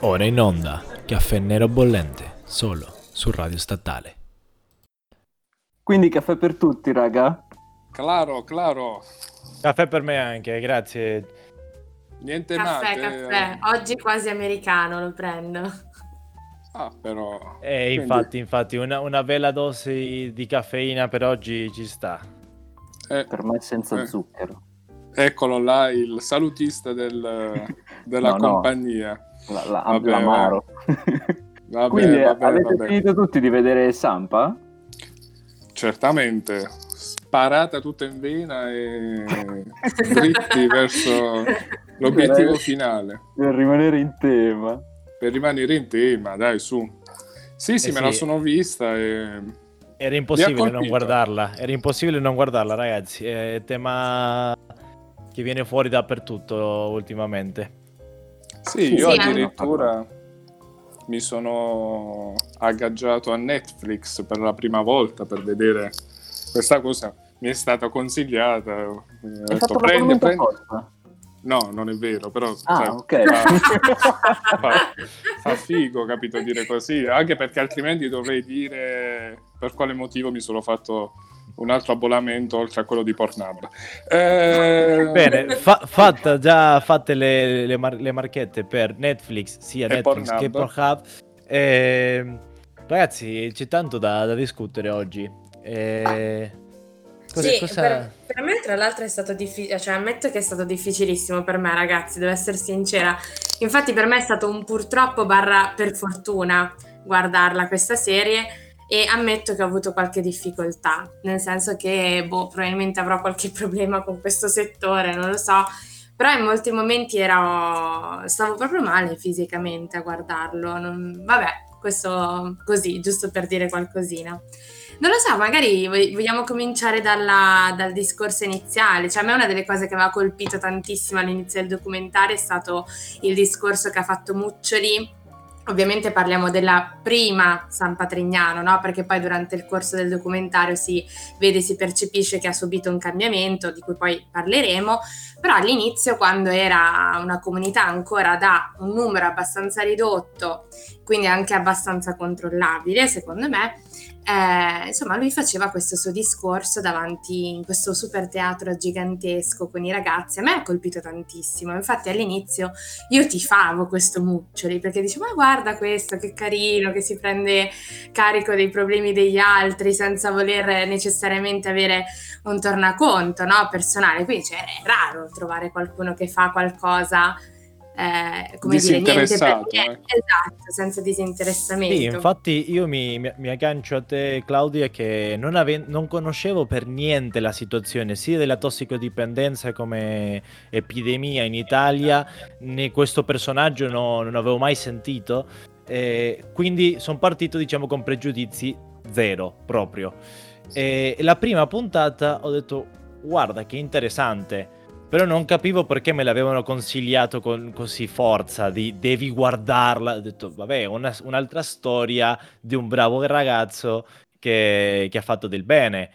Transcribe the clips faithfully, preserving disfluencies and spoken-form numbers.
Ora in onda, caffè nero bollente, solo su Radio Statale. Quindi caffè per tutti, raga? Claro, claro. Caffè per me anche, grazie. Niente Caffè, mate. caffè. Oggi quasi americano lo prendo. Ah, però... Eh, quindi- infatti, infatti, una, una bella dose di caffeina per oggi ci sta. eh, Per me senza Eh. zucchero. Eccolo là, il salutista del- della No, no. compagnia. La- la- Vabbè, l'amaro. Vabbè, Quindi vabbè, avete vabbè. finito tutti di vedere Sampa? Certamente. Sparata tutta in vena e dritti verso l'obiettivo finale. Per rimanere in tema. Per rimanere in tema, dai, su. Sì, sì, Eh me sì. la sono vista e... Era impossibile non colpito. guardarla, era impossibile non guardarla, ragazzi. È tema che viene fuori dappertutto ultimamente. Sì, io Sì, addirittura mi sono aggaggiato a Netflix per la prima volta per vedere questa cosa. Mi è stata consigliata. Mi ho Hai detto, fatto prendi, l'abbonamento prendi. apposta? No, non è vero, però Ah, sai, ok. fa, fa- fa figo, capito, dire così, anche perché altrimenti dovrei dire per quale motivo mi sono fatto un altro abbonamento oltre a quello di Pornhub. Eh, Bene, fa- fatta già fatte le, le mar- le marchette per Netflix, sia E Netflix Pornhub. che Pornhub. Ehm, ragazzi, c'è tanto da, da discutere oggi. Eh, cosa- Sì, cosa- per, per me tra l'altro è stato difficile, cioè ammetto che è stato difficilissimo per me, ragazzi, devo essere sincera. Infatti per me è stato un purtroppo barra per fortuna guardarla questa serie e ammetto che ho avuto qualche difficoltà, nel senso che boh, probabilmente avrò qualche problema con questo settore, non lo so, però in molti momenti ero, stavo proprio male fisicamente a guardarlo. Non- vabbè, questo così, giusto per dire qualcosina. Non lo so, magari vog- vogliamo cominciare dalla- dal discorso iniziale. Cioè, a me una delle cose che mi ha colpito tantissimo all'inizio del documentario è stato il discorso che ha fatto Muccioli. Ovviamente parliamo della prima San Patrignano, no? Perché poi durante il corso del documentario si vede, si percepisce che ha subito un cambiamento, di cui poi parleremo, però all'inizio, quando era una comunità ancora da un numero abbastanza ridotto, quindi anche abbastanza controllabile, secondo me, eh, insomma, lui faceva questo suo discorso davanti in questo super teatro gigantesco con i ragazzi. A me ha colpito tantissimo. Infatti, all'inizio io tifavo questo Muccioli perché dicevo: ma guarda questo, che carino, che si prende carico dei problemi degli altri senza voler necessariamente avere un tornaconto, no, personale. Quindi cioè, è raro trovare qualcuno che fa qualcosa. Eh, come dire, niente per Disinteressato, niente, ecco. esatto, senza disinteressamento. Sì, infatti io mi, mi- mi aggancio a te, Claudia, che non, ave- non conoscevo per niente la situazione sia della tossicodipendenza come epidemia in Italia, né questo personaggio no- non avevo mai sentito, eh, quindi sono partito, diciamo, con pregiudizi zero proprio. E la prima puntata ho detto, guarda che interessante. Però non capivo perché me l'avevano consigliato con così forza, di devi guardarla. Ho detto, vabbè, una- un'altra storia di un bravo ragazzo che, che ha fatto del bene.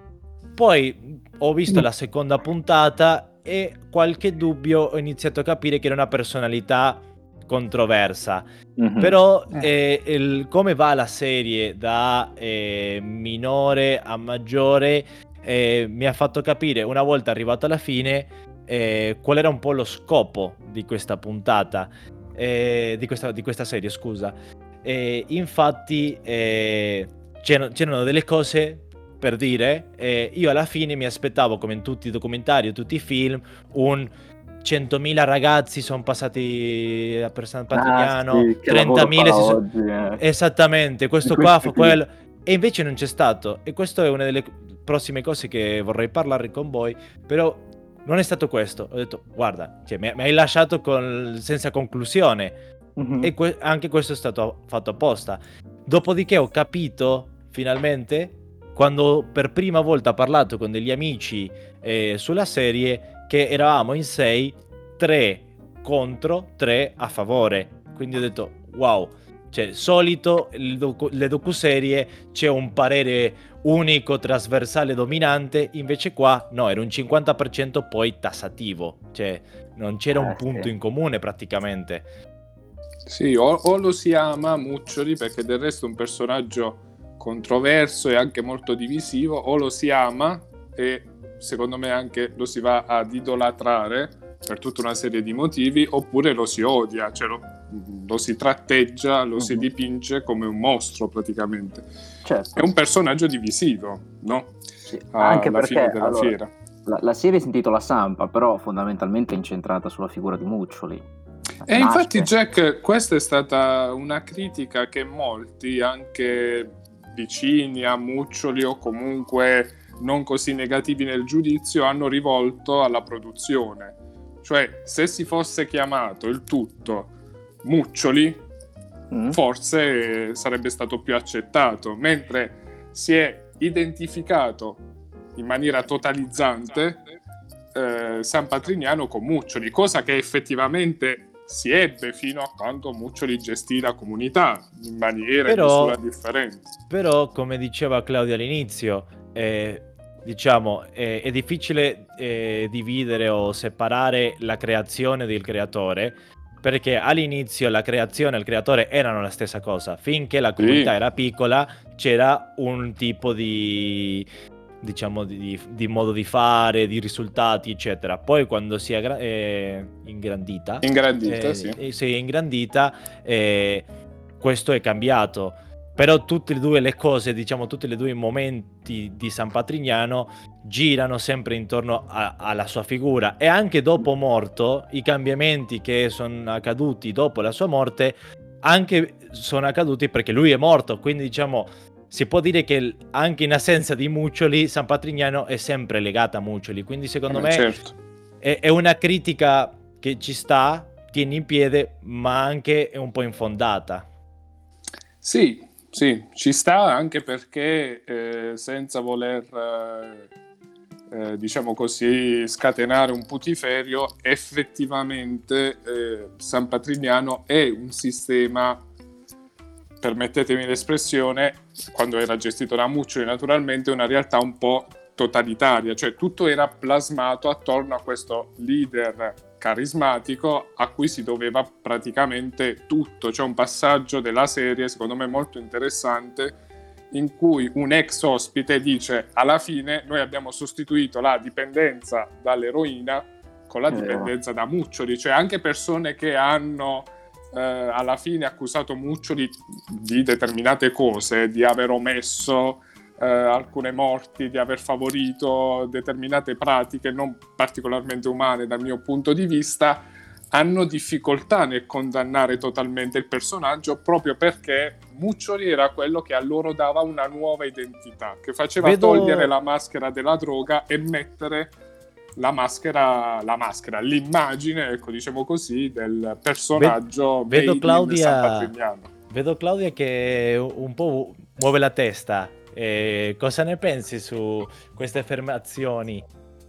Poi ho visto la seconda puntata e qualche dubbio ho iniziato a capire che era una personalità controversa. Mhm. Però Eh. eh, il- come va la serie da eh, minore a maggiore eh, mi ha fatto capire, una volta arrivato alla fine, eh, qual era un po' lo scopo di questa puntata, eh, di questa, di questa serie, scusa. E infatti eh, c'erano, c'erano delle cose per dire, eh, io alla fine mi aspettavo, come in tutti i documentari o tutti i film, un centomila ragazzi sono passati a per San Patrignano, Ah, sì, che lavoro trentamila fa si so- oggi, eh. esattamente, questo Di qua questi fa qui. quello, e invece non c'è stato, e questo è una delle prossime cose che vorrei parlare con voi, però non è stato questo. Ho detto, guarda, cioè, mi, mi hai lasciato con- senza conclusione, Mhm. e que- anche questo è stato fatto apposta. Dopodiché ho capito, finalmente, quando per prima volta ho parlato con degli amici eh, sulla serie, che eravamo in sei, tre contro, tre a favore. Quindi ho detto, wow, cioè, solito il docu- le docuserie c'è un parere unico, trasversale, dominante, invece qua no, era un cinquanta per cento poi tassativo, cioè non c'era Eh, un punto sì. in comune praticamente. Sì, o, o lo si ama Muccioli perché del resto è un personaggio controverso e anche molto divisivo, o lo si ama e secondo me anche lo si va ad idolatrare per tutta una serie di motivi, oppure lo si odia, cioè lo, lo si tratteggia, lo si dipinge come un mostro praticamente. Certo. È un personaggio divisivo, no? Sì, Ah, anche alla perché fine della allora, fiera. La, la serie si intitola Sampa, però fondamentalmente è incentrata sulla figura di Muccioli. E Nasce- infatti, Jack, questa è stata una critica che molti, anche vicini a Muccioli o comunque non così negativi nel giudizio, hanno rivolto alla produzione. Cioè, se si fosse chiamato il tutto Muccioli, Mm? forse sarebbe stato più accettato, mentre si è identificato in maniera totalizzante eh, San Patrignano con Muccioli, cosa che effettivamente si ebbe fino a quando Muccioli gestì la comunità in maniera e Però- misura differenti. Però, come diceva Claudia all'inizio, eh, diciamo, eh, è difficile eh, dividere o separare la creazione del creatore, perché all'inizio la creazione e il creatore erano la stessa cosa. Finché la comunità Sì. era piccola, c'era un tipo di, diciamo, di, di- di modo di fare, di risultati, eccetera. Poi quando si è aggra- eh, ingrandita, Ingrandita, eh, sì. eh, si è ingrandita, eh, questo è cambiato. Però tutte e due le cose, diciamo, tutti e due i momenti di San Patrignano girano sempre intorno a- alla sua figura, e anche dopo morto, i cambiamenti che sono accaduti dopo la sua morte anche sono accaduti perché lui è morto, quindi diciamo si può dire che l- anche in assenza di Muccioli San Patrignano è sempre legata a Muccioli, quindi secondo Eh, me certo. è, è una critica che ci sta, tiene in piede, ma anche è un po' infondata. Sì, sì, ci sta anche perché eh, senza voler, eh, eh, diciamo così, scatenare un putiferio, effettivamente eh, San Patrignano è un sistema, permettetemi l'espressione, quando era gestito da Muccioli naturalmente, una realtà un po' totalitaria, cioè tutto era plasmato attorno a questo leader carismatico a cui si doveva praticamente tutto. C'è un passaggio della serie secondo me molto interessante in cui un ex ospite dice: alla fine noi abbiamo sostituito la dipendenza dall'eroina con la Eh. dipendenza da Muccioli, cioè anche persone che hanno eh, alla fine accusato Muccioli di determinate cose, di aver omesso eh, alcune morti, di aver favorito determinate pratiche non particolarmente umane dal mio punto di vista, hanno difficoltà nel condannare totalmente il personaggio, proprio perché Muccioli era quello che a loro dava una nuova identità, che faceva Vedo- togliere la maschera della droga e mettere la maschera, la maschera, l'immagine, ecco, diciamo così, del personaggio Vedo made in Claudia- San Patrignano. Vedo Claudia che un po' muove la testa. Eh, cosa ne pensi su queste affermazioni?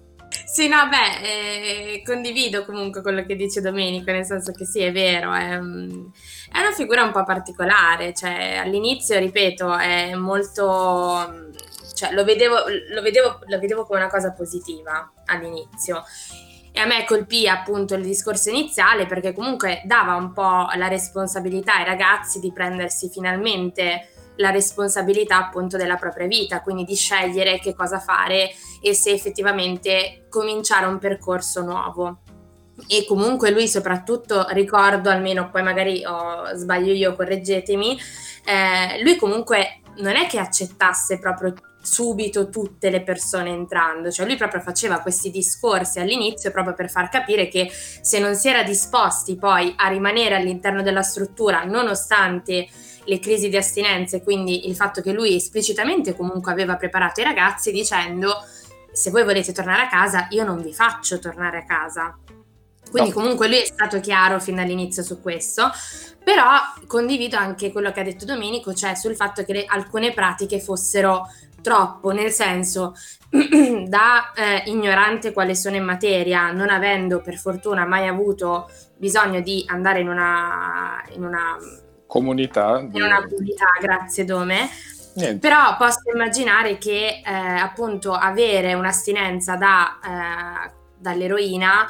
Sì, no, beh, eh, condivido comunque quello che dice Domenico, nel senso che sì, è vero, è, mm, è una figura un po' particolare, cioè all'inizio, ripeto, è molto, mm, cioè lo vedevo, lo vedevo, lo vedevo come una cosa positiva all'inizio. E a me colpì appunto il discorso iniziale perché comunque dava un po' la responsabilità ai ragazzi di prendersi finalmente la responsabilità appunto della propria vita, quindi di scegliere che cosa fare e se effettivamente cominciare un percorso nuovo. E comunque lui soprattutto, ricordo, almeno poi magari oh, sbaglio io, correggetemi, eh, lui comunque non è che accettasse proprio subito tutte le persone entrando, cioè lui proprio faceva questi discorsi all'inizio proprio per far capire che se non si era disposti poi a rimanere all'interno della struttura nonostante le crisi di astinenza, e quindi il fatto che lui esplicitamente comunque aveva preparato i ragazzi dicendo: se voi volete tornare a casa io non vi faccio tornare a casa. Quindi No. comunque lui è stato chiaro fin dall'inizio su questo, però condivido anche quello che ha detto Domenico, cioè sul fatto che le, alcune pratiche fossero troppo, nel senso da eh, ignorante quale sono in materia, non avendo per fortuna mai avuto bisogno di andare in una, in una Comunità. in una comunità, grazie Dome. Niente. Però posso immaginare che eh, appunto avere un'astinenza da, eh, dall'eroina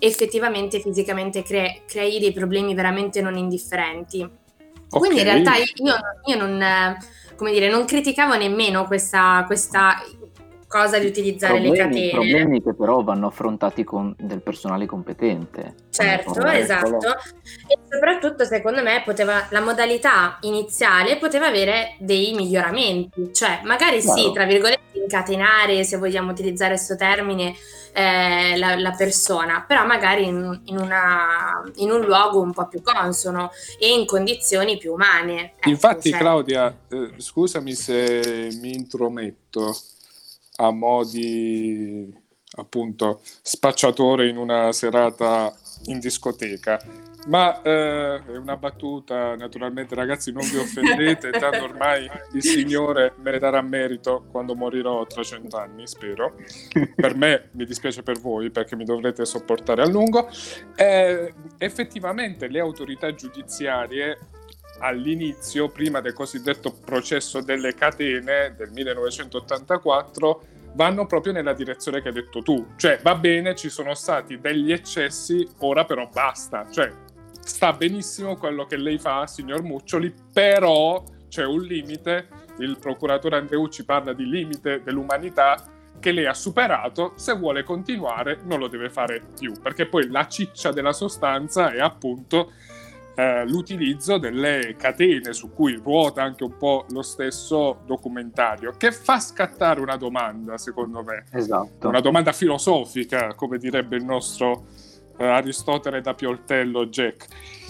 effettivamente fisicamente cre- crei dei problemi veramente non indifferenti. Ok. Quindi in realtà io, io non, eh, come dire, non criticavo nemmeno questa, questa cosa di utilizzare le Problemi, catene. problemi che però vanno affrontati con del personale competente. Certo, Quando parla- esatto. E soprattutto secondo me poteva, la modalità iniziale poteva avere dei miglioramenti, cioè magari sì, Chiaro. tra virgolette, incatenare, se vogliamo utilizzare questo termine, eh, la, la persona, però magari in, in, una, in un luogo un po' più consono e in condizioni più umane. Ecco, Infatti, cioè- Claudia, eh, scusami se mi intrometto a mo' di appunto spacciatore in una serata in discoteca, ma eh, è una battuta, naturalmente, ragazzi, non vi offendete, tanto ormai il Signore me ne darà merito quando morirò tra cent'anni, spero. Per me, mi dispiace per voi perché mi dovrete sopportare a lungo. Eh, effettivamente le autorità giudiziarie all'inizio, prima del cosiddetto processo delle catene del millenovecentottantaquattro, vanno proprio nella direzione che hai detto tu, cioè va bene, ci sono stati degli eccessi, ora però basta, cioè sta benissimo quello che lei fa, signor Muccioli, però c'è un limite, il procuratore Andreucci parla di limite dell'umanità che lei ha superato, se vuole continuare non lo deve fare più, perché poi la ciccia della sostanza è appunto eh, l'utilizzo delle catene, su cui ruota anche un po' lo stesso documentario, che fa scattare una domanda, secondo me, Esatto. una domanda filosofica, come direbbe il nostro eh, Aristotele da Pioltello Jack.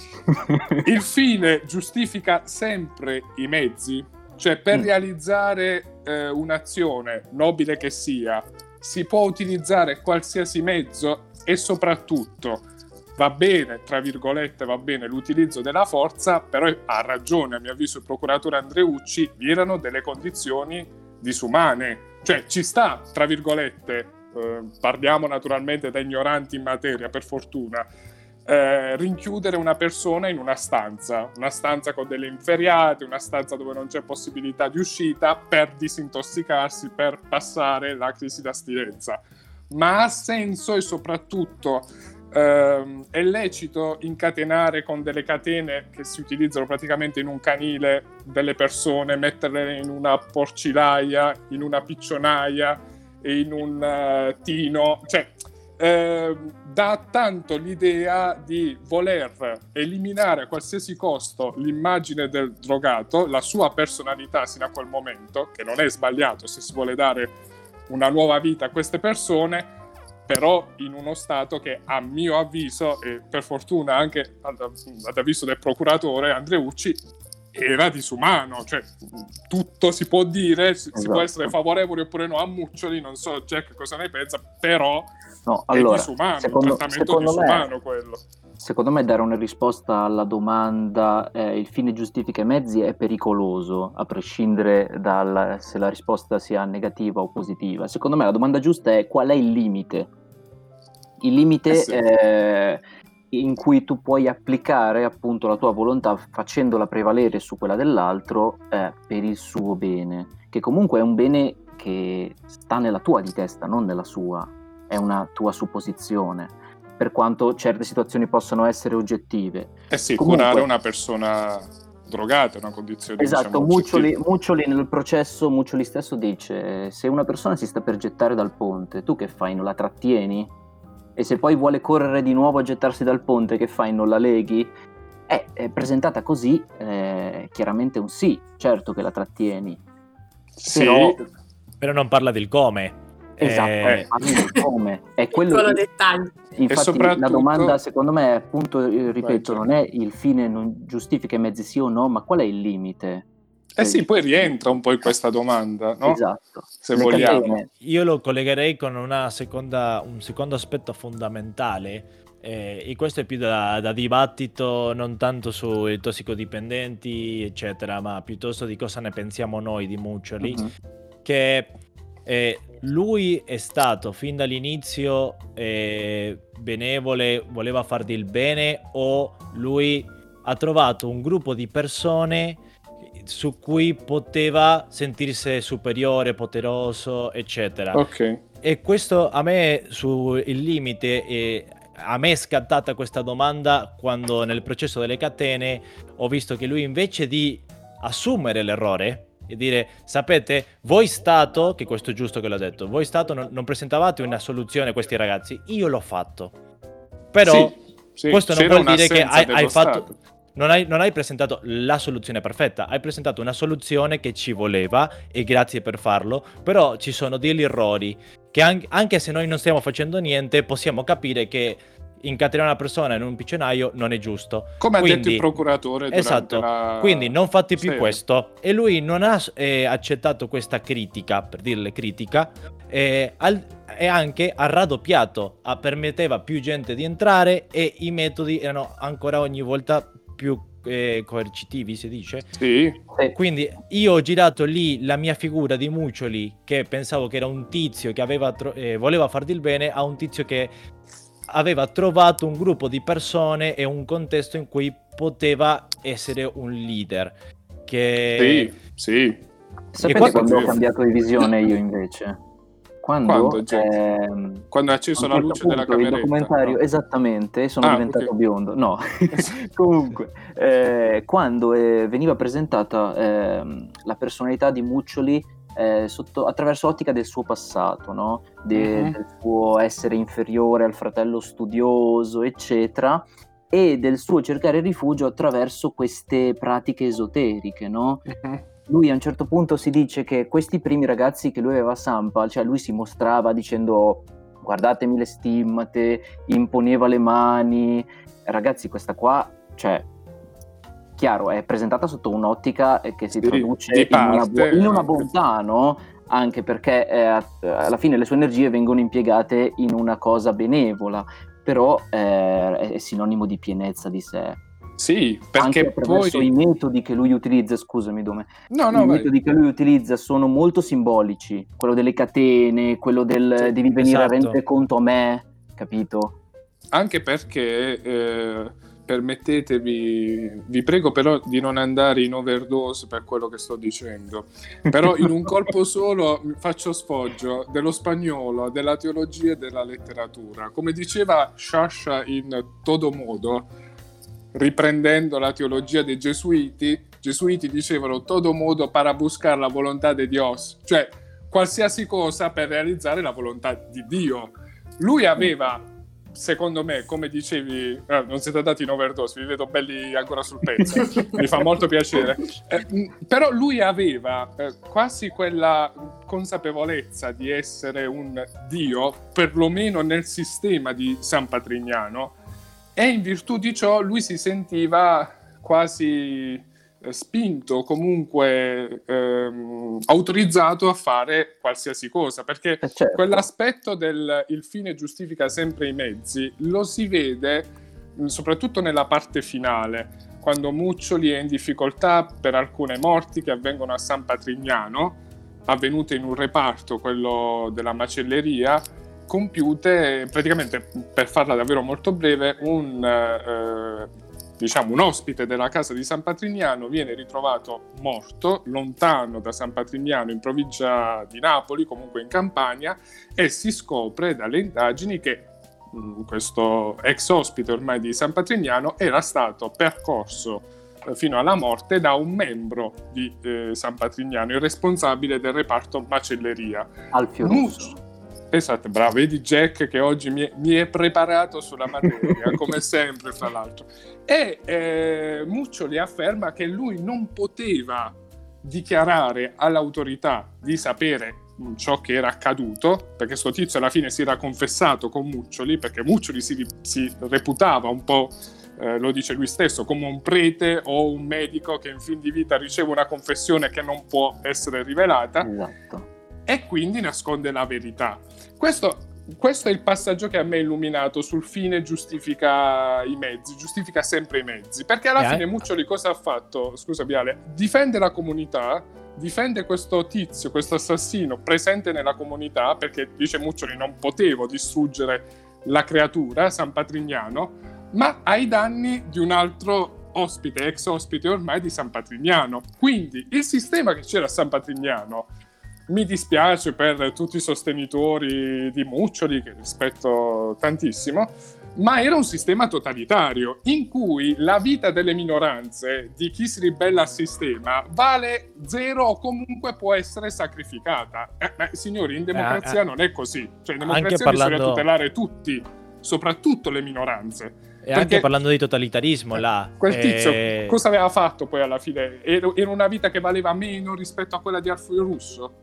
Il fine giustifica sempre i mezzi? Cioè, per Mm. realizzare eh, un'azione, nobile che sia, si può utilizzare qualsiasi mezzo, e soprattutto va bene, tra virgolette, va bene l'utilizzo della forza, però ha ragione, a mio avviso, il procuratore Andreucci, vi erano delle condizioni disumane. Cioè, ci sta, tra virgolette, eh, parliamo naturalmente da ignoranti in materia, per fortuna, eh, rinchiudere una persona in una stanza, una stanza con delle inferriate, una stanza dove non c'è possibilità di uscita, per disintossicarsi, per passare la crisi d'astinenza. Ma ha senso, e soprattutto ehm, è lecito incatenare con delle catene che si utilizzano praticamente in un canile delle persone, metterle in una porcilaia, in una piccionaia e in un uh, tino, cioè eh, dà tanto l'idea di voler eliminare a qualsiasi costo l'immagine del drogato, la sua personalità sino a quel momento, che non è sbagliato se si vuole dare una nuova vita a queste persone, però in uno stato che, a mio avviso, e per fortuna anche ad, ad avviso del procuratore Andreucci, era disumano. Cioè, tutto si può dire, si, Esatto. si può essere favorevoli oppure no a Muccioli, non so Jack cosa ne pensa, però No, è allora, disumano, secondo, un trattamento secondo disumano me, quello. secondo me dare una risposta alla domanda eh, il fine giustifica i mezzi è pericoloso, a prescindere dal se la risposta sia negativa o positiva. Secondo me la domanda giusta è: qual è il limite? Il limite Eh sì. eh, in cui tu puoi applicare appunto la tua volontà facendola prevalere su quella dell'altro eh, per il suo bene, che comunque è un bene che sta nella tua di testa, non nella sua, è una tua supposizione, per quanto certe situazioni possano essere oggettive. Eh sì, Comunque- curare una persona drogata è una condizione, Esatto, diciamo, Muccioli, oggettiva. Muccioli nel processo, Muccioli stesso dice: se una persona si sta per gettare dal ponte, tu che fai, non la trattieni? E se poi vuole correre di nuovo a gettarsi dal ponte, che fai, non la leghi? È, è presentata così, eh, chiaramente un sì, certo che la trattieni. Sì, Però- Però non parla del come. Esatto, Eh, parli del come. È quello Piccolo che- dettaglio. Infatti soprattutto- la domanda, secondo me, appunto, eh, ripeto, Vai, non è il fine non giustifica i mezzi sì o no, ma qual è il limite? eh sì, Cioè, poi rientra un po' in questa domanda, no? Esatto. Se Le vogliamo. catene- io lo collegherei con una seconda, un secondo aspetto fondamentale, eh, e questo è più da, da dibattito non tanto sui tossicodipendenti, eccetera, ma piuttosto di cosa ne pensiamo noi di Muccioli, Mhm. che eh, lui è stato fin dall'inizio eh, benevole, voleva fargli il bene, o lui ha trovato un gruppo di persone su cui poteva sentirsi superiore, poderoso, eccetera. Ok. E questo a me sul limite eh, a me è scattata questa domanda quando nel processo delle catene ho visto che lui, invece di assumere l'errore e dire, sapete, voi Stato, che questo è giusto che l'ha detto, voi Stato non, non presentavate una soluzione a questi ragazzi, io l'ho fatto. Però Sì, sì, questo non c'era vuol dire che un'assenza hai, dello hai fatto... Stato. Non hai, non hai presentato la soluzione perfetta, hai presentato una soluzione che ci voleva, e grazie per farlo, però ci sono degli errori che an- anche se noi non stiamo facendo niente, possiamo capire che incatenare una persona in un piccionaio non è giusto. Come Quindi, ha detto il procuratore durante esatto, la quindi non fate più serie. questo. E lui non ha eh, accettato questa critica, per dirle critica, eh, al- e anche ha raddoppiato, ha permetteva più gente di entrare, e i metodi erano ancora ogni volta più eh, coercitivi, si dice. Sì, Sì. Quindi io ho girato lì la mia figura di Muccioli, che pensavo che era un tizio che aveva tro- eh, voleva far del bene, a un tizio che aveva trovato un gruppo di persone e un contesto in cui poteva essere un leader. Che sì, sì. Sapete questo- quando ho cambiato di visione io invece? Quando, Quando, Jack? ehm, Quando ha acceso a un la certo luce della punto il cameretta. documentario, no? esattamente, sono Ah, diventato ok. biondo. No, comunque, eh, quando eh, veniva presentata ehm, la personalità di Muccioli eh, sotto, attraverso l'ottica del suo passato, no? De- Mhm. del suo essere inferiore al fratello studioso, eccetera, e del suo cercare rifugio attraverso queste pratiche esoteriche, no? Mhm. Lui a un certo punto si dice che questi primi ragazzi che lui aveva a Sampa, cioè lui si mostrava dicendo guardatemi le stimmate, imponeva le mani, ragazzi questa qua, cioè chiaro, è presentata sotto un'ottica che si Sì, traduce di in una, parte, bu- in una anche. bontà, no? Anche perché eh, alla fine le sue energie vengono impiegate in una cosa benevola, però eh, è sinonimo di pienezza di sé. Sì, Anche perché attraverso poi... i metodi che lui utilizza, scusami Dome, No, i no, vai. metodi che lui utilizza sono molto simbolici, quello delle catene, quello del Sì, devi venire a esatto. rendere conto a me, capito? Anche perché, eh, permettetevi, vi prego però di non andare in overdose per quello che sto dicendo, però in un colpo solo faccio sfoggio dello spagnolo, della teologia e della letteratura. Come diceva Sciascia in Todo Modo, riprendendo la teologia dei gesuiti, i gesuiti dicevano todo modo para buscar la volontà de Dios, cioè qualsiasi cosa per realizzare la volontà di Dio. Lui aveva, secondo me, come dicevi, eh, non siete andati in overdose, vi vedo belli ancora sul pezzo, mi fa molto piacere, eh, mh, però lui aveva eh, quasi quella consapevolezza di essere un Dio, perlomeno nel sistema di San Patrignano, e in virtù di ciò lui si sentiva quasi eh, spinto, comunque ehm, autorizzato a fare qualsiasi cosa, perché Eh, certo. quell'aspetto del il fine giustifica sempre i mezzi lo si vede mh, soprattutto nella parte finale, quando Muccioli è in difficoltà per alcune morti che avvengono a San Patrignano, avvenute in un reparto, quello della macelleria, compiute praticamente, per farla davvero molto breve, un eh, diciamo un ospite della casa di San Patrignano viene ritrovato morto lontano da San Patrignano, in provincia di Napoli, comunque in Campania, e si scopre dalle indagini che mh, questo ex ospite ormai di San Patrignano era stato percorso eh, fino alla morte da un membro di eh, San Patrignano, il responsabile del reparto macelleria. Alfio Russo. Esatto, bravo, vedi Jack che oggi mi è, mi è preparato sulla materia, come sempre fra l'altro. E eh, Muccioli afferma che lui non poteva dichiarare all'autorità di sapere mh, ciò che era accaduto, perché sto tizio alla fine si era confessato con Muccioli, perché Muccioli si, si reputava un po', eh, lo dice lui stesso, come un prete o un medico che in fin di vita riceve una confessione che non può essere rivelata. Esatto. E quindi nasconde la verità. Questo, questo è il passaggio che a me ha illuminato sul fine giustifica i mezzi, giustifica sempre i mezzi, perché alla Eh, fine Muccioli cosa ha fatto? Scusa Viale, difende la comunità, difende questo tizio, questo assassino presente nella comunità, perché dice Muccioli non potevo distruggere la creatura, San Patrignano, ma ai danni di un altro ospite, ex ospite ormai di San Patrignano. Quindi il sistema che c'era a San Patrignano, mi dispiace per tutti i sostenitori di Muccioli, che rispetto tantissimo, ma era un sistema totalitario in cui la vita delle minoranze, di chi si ribella al sistema, vale zero o comunque può essere sacrificata. Eh, ma, signori, in democrazia eh, non è così. Cioè, in democrazia parlando... bisogna tutelare tutti, soprattutto le minoranze. E perché anche parlando di totalitarismo, là... Quel tizio eh... cosa aveva fatto poi alla fine? Era una vita che valeva meno rispetto a quella di Alfio Russo?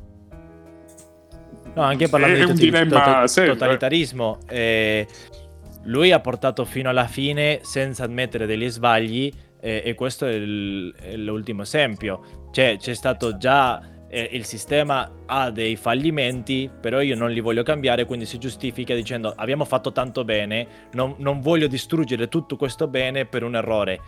No, anche parlando è di totali- to- totalitarismo... Eh... Lui ha portato fino alla fine senza ammettere degli sbagli eh, e questo è, il, è l'ultimo esempio. Cioè, c'è stato già eh, il sistema ha dei fallimenti, però io non li voglio cambiare, quindi si giustifica dicendo abbiamo fatto tanto bene, non, non voglio distruggere tutto questo bene per un errore.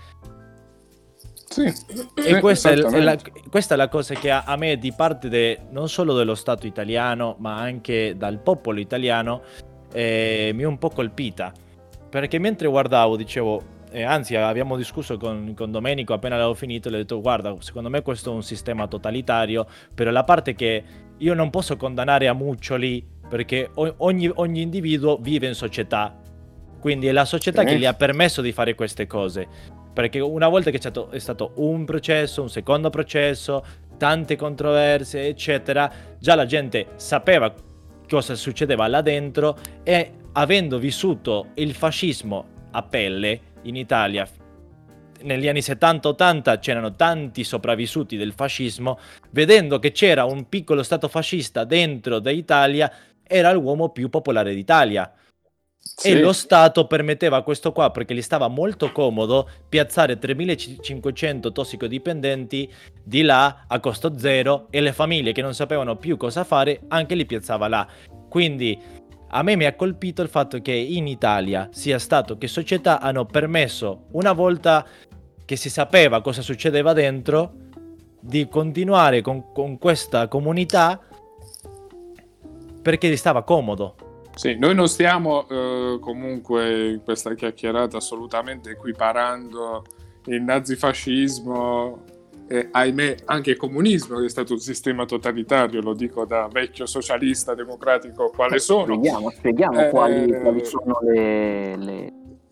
Sì, e sì, questa, è, è la, questa è la cosa che a, a me di parte de, non solo dello Stato italiano, ma anche dal popolo italiano eh, mi è un po' colpita. Perché mentre guardavo dicevo, eh, anzi abbiamo discusso con, con Domenico appena l'avevo finito, le ho detto guarda, secondo me questo è un sistema totalitario, però la parte che io non posso condannare a Muccioli perché ogni, ogni individuo vive in società, quindi è la società sì. che gli ha permesso di fare queste cose, perché una volta che c'è stato, è stato un processo, un secondo processo, tante controversie eccetera, già la gente sapeva cosa succedeva là dentro e avendo vissuto il fascismo a pelle in Italia negli anni settanta ottanta c'erano tanti sopravvissuti del fascismo, vedendo che c'era un piccolo stato fascista dentro d'Italia, era l'uomo più popolare d'Italia. Sì. E lo Stato permetteva questo qua perché gli stava molto comodo piazzare tremilacinquecento tossicodipendenti di là a costo zero e le famiglie che non sapevano più cosa fare anche li piazzava là. Quindi a me mi ha colpito il fatto che in Italia sia Stato che società hanno permesso, una volta che si sapeva cosa succedeva dentro, di continuare con, con questa comunità perché gli stava comodo. Sì, noi non stiamo eh, comunque in questa chiacchierata assolutamente equiparando il nazifascismo e ahimè anche il comunismo, che è stato un sistema totalitario, lo dico da vecchio socialista democratico quale sono. Spieghiamo, spieghiamo eh, quali, quali sono le, le,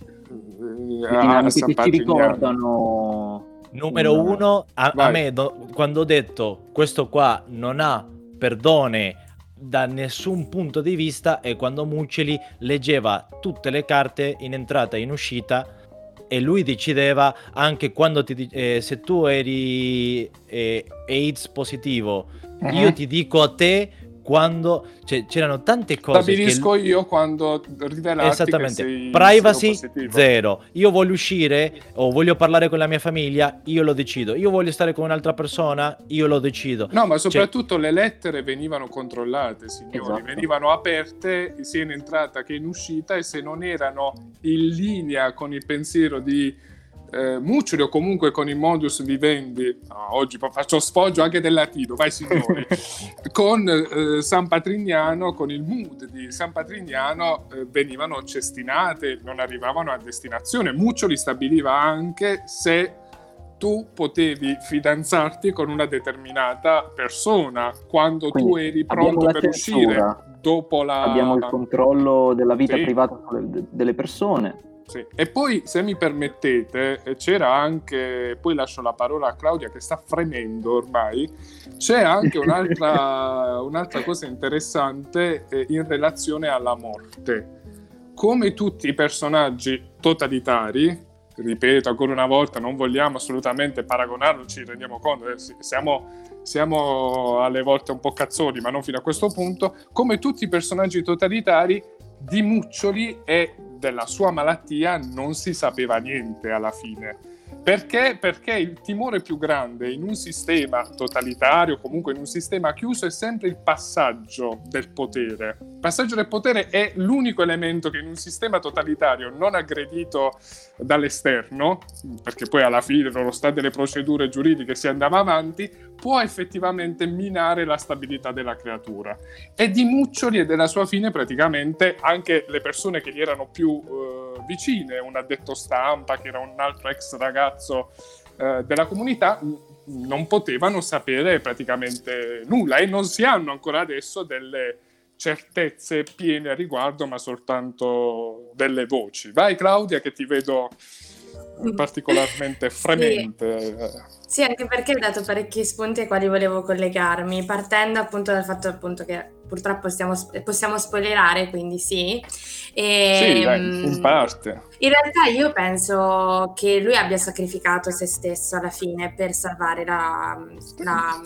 le dinamiche che ci ricordano. Numero una... uno, a, a me do, quando ho detto questo qua non ha perdone da nessun punto di vista è quando Muccioli leggeva tutte le carte in entrata e in uscita e lui decideva anche quando ti eh, se tu eri eh, AIDS positivo uh-huh. io ti dico a te quando cioè, c'erano tante cose stabilisco che... io quando rivelarti esattamente che sei privacy zero, io voglio uscire o voglio parlare con la mia famiglia, io lo decido, io voglio stare con un'altra persona, io lo decido. No, ma soprattutto cioè... le lettere venivano controllate, signori, esatto. venivano aperte sia in entrata che in uscita e se non erano in linea con il pensiero di Eh, Muccioli o comunque con il modus vivendi, oh, oggi faccio sfoggio anche del latino, vai signori, con eh, San Patrignano, con il mood di San Patrignano eh, venivano cestinate, non arrivavano a destinazione. Muccioli stabiliva anche se tu potevi fidanzarti con una determinata persona quando Quindi, tu eri pronto per uscire dopo la... abbiamo il controllo della vita sì. privata delle persone. Sì. E poi, se mi permettete, c'era anche, poi lascio la parola a Claudia che sta fremendo ormai, c'è anche un'altra, un'altra cosa interessante eh, in relazione alla morte. Come tutti i personaggi totalitari, ripeto ancora una volta, non vogliamo assolutamente paragonarlo, ci rendiamo conto, eh, siamo, siamo alle volte un po' cazzoni, ma non fino a questo punto, come tutti i personaggi totalitari, di Muccioli e della sua malattia non si sapeva niente alla fine. Perché? Perché il timore più grande in un sistema totalitario, comunque in un sistema chiuso, è sempre il passaggio del potere. Il passaggio del potere è l'unico elemento che in un sistema totalitario non aggredito dall'esterno, perché poi alla fine, nonostante le procedure giuridiche si andava avanti, può effettivamente minare la stabilità della creatura. E di Muccioli e della sua fine praticamente anche le persone che gli erano più eh, vicine, un addetto stampa che era un altro ex ragazzo eh, della comunità, non potevano sapere praticamente nulla e non si hanno ancora adesso delle, certezze piene a riguardo, ma soltanto delle voci. Vai Claudia, che ti vedo particolarmente fremente. Sì, anche perché hai dato parecchi spunti ai quali volevo collegarmi, partendo appunto dal fatto appunto che purtroppo stiamo, possiamo spoilerare, quindi sì. E, sì, dai, in parte. In realtà io penso che lui abbia sacrificato se stesso alla fine per salvare la... la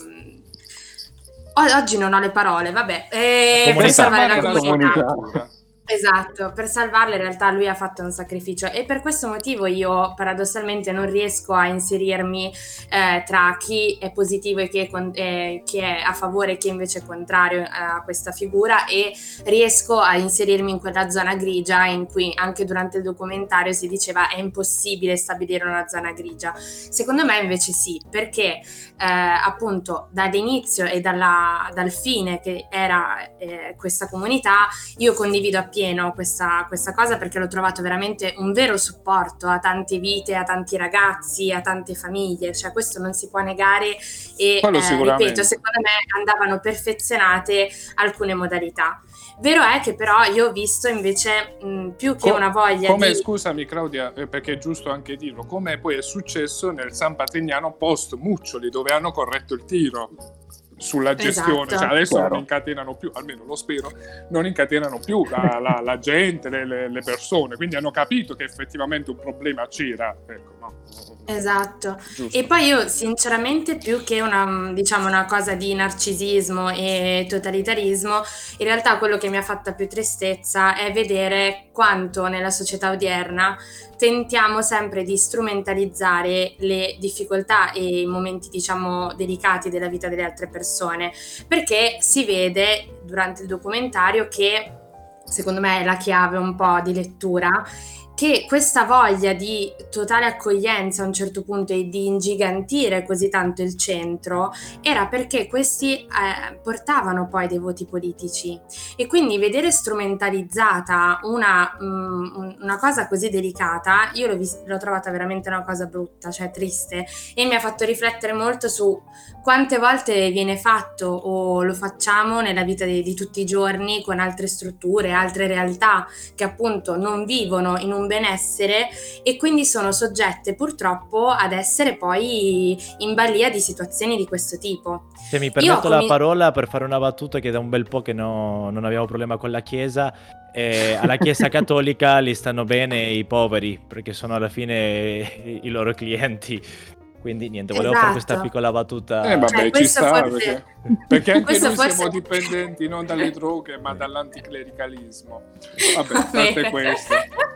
oggi non ho le parole, vabbè. Eh, per salvare la, la comunità. comunità. Esatto, per salvarla in realtà lui ha fatto un sacrificio e per questo motivo io paradossalmente non riesco a inserirmi eh, tra chi è positivo e chi è, con- eh, chi è a favore e chi invece è contrario a questa figura, e riesco a inserirmi in quella zona grigia in cui anche durante il documentario si diceva è impossibile stabilire una zona grigia. Secondo me invece sì, perché eh, appunto dall'inizio e dalla, dal fine che era eh, questa comunità io condivido appieno questa, questa cosa, perché l'ho trovato veramente un vero supporto a tante vite, a tanti ragazzi, a tante famiglie, cioè questo non si può negare e eh, ripeto, secondo me andavano perfezionate alcune modalità. Vero è che però io ho visto invece mh, più che Com- una voglia come, di... Scusami Claudia, perché è giusto anche dirlo, come poi è successo nel San Patrignano post Muccioli, dove hanno corretto il tiro sulla gestione, esatto. Cioè adesso Chiaro. non incatenano più, almeno lo spero, non incatenano più la, la, la gente, le, le, le persone, quindi hanno capito che effettivamente un problema c'era, ecco, no? Esatto. Giusto. E poi io sinceramente, più che una, diciamo, una cosa di narcisismo e totalitarismo, in realtà quello che mi ha fatto più tristezza è vedere quanto nella società odierna tentiamo sempre di strumentalizzare le difficoltà e i momenti, diciamo, delicati della vita delle altre persone, perché si vede durante il documentario che, secondo me è la chiave un po' di lettura, che questa voglia di totale accoglienza a un certo punto e di ingigantire così tanto il centro era perché questi eh, portavano poi dei voti politici, e quindi vedere strumentalizzata una, um, una cosa così delicata io l'ho, vis- l'ho trovata veramente una cosa brutta, cioè triste, e mi ha fatto riflettere molto su quante volte viene fatto o lo facciamo nella vita di, di tutti i giorni con altre strutture, altre realtà che appunto non vivono in un benessere e quindi sono soggette purtroppo ad essere poi in balia di situazioni di questo tipo. Se mi permetto Io la comi- parola per fare una battuta, che da un bel po' che no- non abbiamo problema con la Chiesa, eh, alla Chiesa cattolica li stanno bene i poveri, perché sono alla fine i loro clienti. Quindi niente, volevo fare questa Esatto. piccola battuta. Eh vabbè, Cioè, ci questo sta, forse- perché, perché anche questo noi forse- siamo dipendenti non dalle droghe ma dall'anticlericalismo. Vabbè, Va state bene. questo.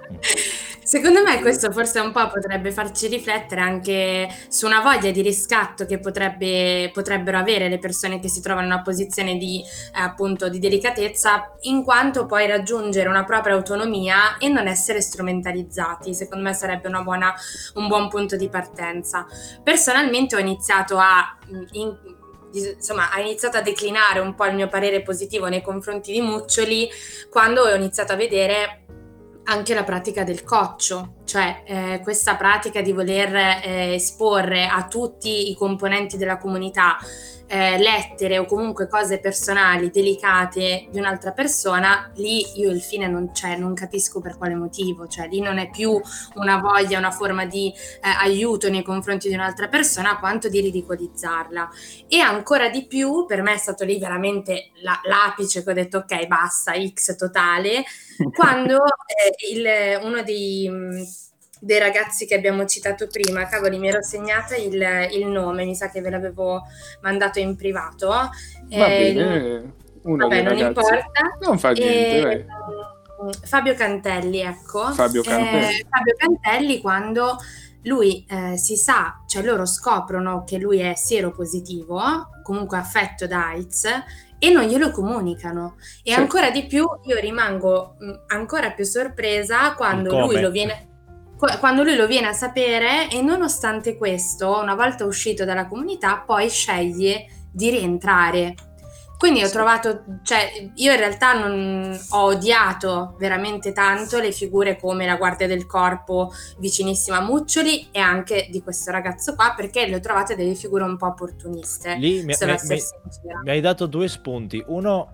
Secondo me questo forse un po' potrebbe farci riflettere anche su una voglia di riscatto che potrebbe, potrebbero avere le persone che si trovano in una posizione di eh, appunto di delicatezza, in quanto poi raggiungere una propria autonomia e non essere strumentalizzati, secondo me sarebbe una buona, un buon punto di partenza. Personalmente ho iniziato a in, insomma ha iniziato a declinare un po' il mio parere positivo nei confronti di Muccioli quando ho iniziato a vedere anche la pratica del coccio, cioè eh, questa pratica di voler eh, esporre a tutti i componenti della comunità eh, lettere o comunque cose personali delicate di un'altra persona. Lì io il fine non c'è, non capisco per quale motivo, cioè lì non è più una voglia, una forma di eh, aiuto nei confronti di un'altra persona quanto di ridicolizzarla. E ancora di più per me è stato lì veramente la, l'apice che ho detto ok basta, X totale, quando eh, il, uno dei, dei ragazzi che abbiamo citato prima, cavoli mi ero segnata il, il nome, mi sa che ve l'avevo mandato in privato. Va eh, bene, il, uno vabbè, dei non ragazzi. importa. Non fa niente, Eh, dai. Fabio Cantelli, ecco. Fabio Cantelli. Eh, Fabio Cantelli quando lui eh, si sa, cioè loro scoprono che lui è sieropositivo, comunque affetto da AIDS, e non glielo comunicano. E Sì. ancora di più io rimango mh, ancora più sorpresa quando Il come. lui lo viene qu- quando lui lo viene a sapere, e nonostante questo, una volta uscito dalla comunità, poi sceglie di rientrare. Quindi ho Sì. trovato, cioè io in realtà non ho odiato veramente tanto le figure come la guardia del corpo vicinissima a Muccioli e anche di questo ragazzo qua, perché le ho trovate delle figure un po' opportuniste. Lì mi, se mi- devo essere mi- sincera. mi hai dato due spunti. Uno,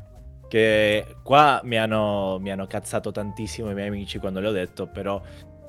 che qua mi hanno, mi hanno cazzato tantissimo i miei amici quando le ho detto, però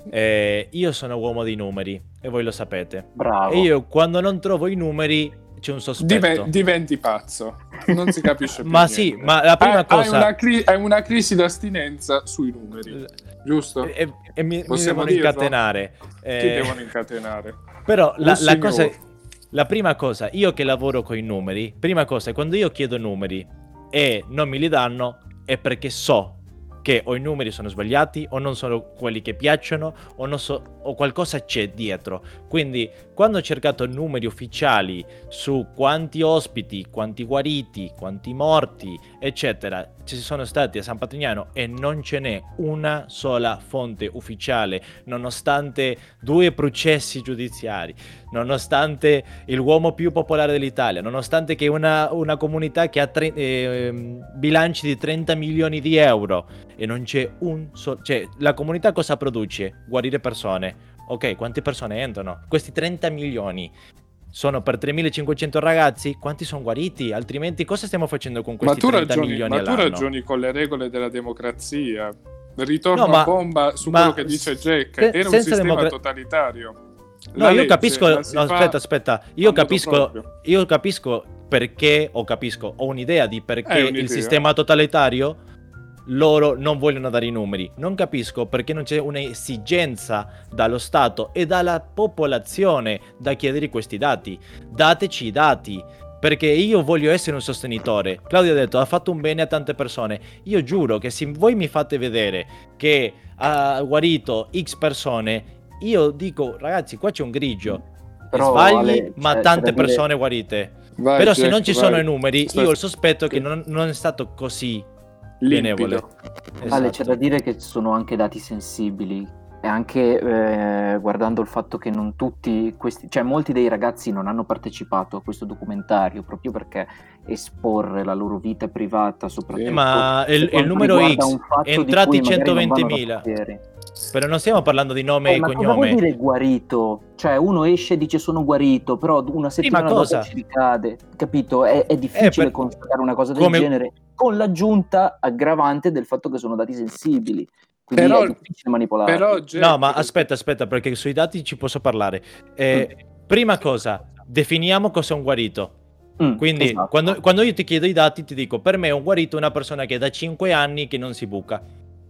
eh, io sono uomo di numeri e voi lo sapete. Bravo. E io quando non trovo i numeri c'è un sospetto. Dive- diventi pazzo, non si capisce più Ma niente. sì, ma la prima hai, cosa... Hai una, cri- hai una crisi d'astinenza sui numeri, giusto? E, e mi, mi Possiamo devono dirlo? incatenare. Ti Eh, devono incatenare. Però Un la, la signor. cosa, la prima cosa, io che lavoro con i numeri, prima cosa, quando io chiedo numeri e non me li danno, è perché so che o i numeri sono sbagliati o non sono quelli che piacciono o, non so, o qualcosa c'è dietro. Quindi quando ho cercato numeri ufficiali su quanti ospiti, quanti guariti, quanti morti, eccetera, ci sono stati a San Patrignano e non ce n'è una sola fonte ufficiale, nonostante due processi giudiziari, nonostante l'uomo più popolare dell'Italia, nonostante che una, una comunità che ha tre, eh, bilanci di trenta milioni di euro e non c'è un solo... Cioè, la comunità cosa produce? Guarire persone. Ok, quante persone entrano? Questi trenta milioni sono per tremilacinquecento ragazzi? Quanti sono guariti? Altrimenti cosa stiamo facendo con Ma questi tu, trenta ragioni, milioni ma tu all'anno? ragioni con le regole della democrazia. Ritorno No, ma- a bomba su ma quello che dice Jack. se- Era un senza sistema democra- totalitario. No, La io legge capisco... la No, si fa aspetta, aspetta. a Io modo capisco... proprio. Io capisco perché... O capisco... Ho un'idea di perché Hai un'idea. il sistema totalitario... loro non vogliono dare i numeri. Non capisco perché non c'è un'esigenza dallo Stato e dalla popolazione da chiedere questi dati. Dateci i dati, perché io voglio essere un sostenitore. Claudio ha detto ha fatto un bene a tante persone. Io giuro che se voi mi fate vedere che ha guarito X persone, io dico ragazzi qua c'è un grigio. Però, Sbagli, Ale, ma c'è- tante c'è da dire- persone guarite. Vai, Però Jack, se non ci vai. sono i numeri, Aspetta. io ho il sospetto che Sì. non, non è stato così Limpido. benevole. Ale, c'è Esatto. da dire che sono anche dati sensibili e anche eh, guardando il fatto che non tutti questi, cioè molti dei ragazzi non hanno partecipato a questo documentario proprio perché esporre la loro vita privata, soprattutto Eh, ma il- per il quanto numero riguarda X, un fatto di entrati cui magari non vanno centoventimila. da fieri. Però non stiamo parlando di nome Eh, e ma cosa vuol cognome. dire guarito? Cioè uno esce e dice sono guarito, però una settimana dopo cosa? ci ricade, capito? È, è difficile per- constatare una cosa del come- genere con l'aggiunta aggravante del fatto che sono dati sensibili, quindi Però- è difficile manipolarli. Però, Jack, No, ma aspetta, aspetta, perché sui dati ci posso parlare. Eh, Prima cosa, definiamo cosa è un guarito. Mm, Quindi, esatto. quando, quando io ti chiedo i dati, ti dico, per me un guarito è una persona che da cinque anni che non si buca.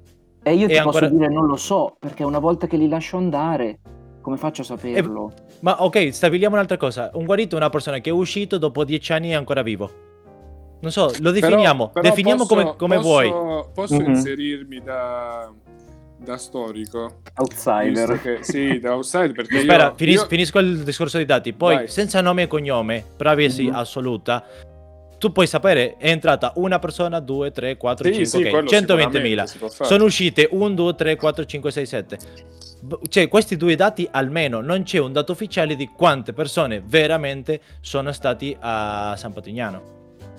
E io e ti ancora- posso dire non lo so, perché una volta che li lascio andare, come faccio a saperlo? Ma ok, stabiliamo un'altra cosa. Un guarito è una persona che è uscito dopo dieci anni e è ancora vivo. Non so, lo definiamo. Però- però definiamo posso- come, come posso- vuoi. Posso Mhm. inserirmi da, da storico? Outsider. Visto che- sì, da outsider, perché Spera, io, finis- io- finisco il discorso dei dati. Poi, Vai. senza nome e cognome, privacy Mhm. assoluta, tu puoi sapere, è entrata una persona, due, tre, quattro, Sì, cinque, sì, ok, quello centoventimila. sicuramente si può fare. Sono uscite uno, due, tre, quattro, cinque, sei, sette. B- Cioè, questi due dati almeno, non c'è un dato ufficiale di quante persone veramente sono stati a San Patrignano.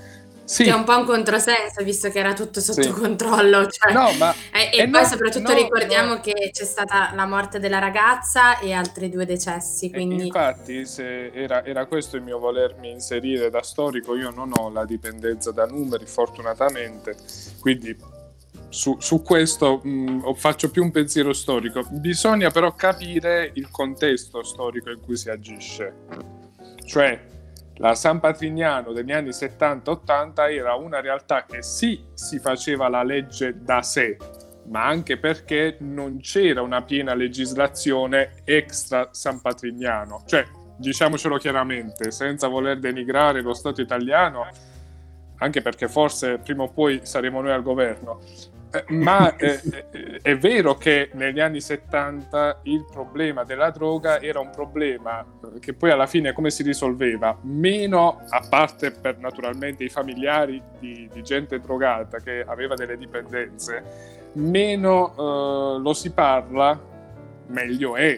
Sì. Che è un po' un controsenso, visto che era tutto sotto Sì. controllo. Cioè. No, ma E, e eh, poi no, soprattutto no, ricordiamo no. che c'è stata la morte della ragazza e altri due decessi, E quindi infatti, se era, era questo il mio volermi inserire da storico, io non ho la dipendenza da numeri, fortunatamente, quindi su, su questo mh, faccio più un pensiero storico. Bisogna però capire il contesto storico in cui si agisce. Cioè, la San Patrignano degli anni settanta ottanta era una realtà che sì, si faceva la legge da sé, ma anche perché non c'era una piena legislazione extra San Patrignano. Cioè, diciamocelo chiaramente, senza voler denigrare lo Stato italiano, anche perché forse prima o poi saremo noi al governo. Eh, ma eh, eh, è vero che negli anni settanta il problema della droga era un problema che poi alla fine come si risolveva? Meno, a parte per naturalmente i familiari di, di gente drogata che aveva delle dipendenze, meno eh, lo si parla, meglio è.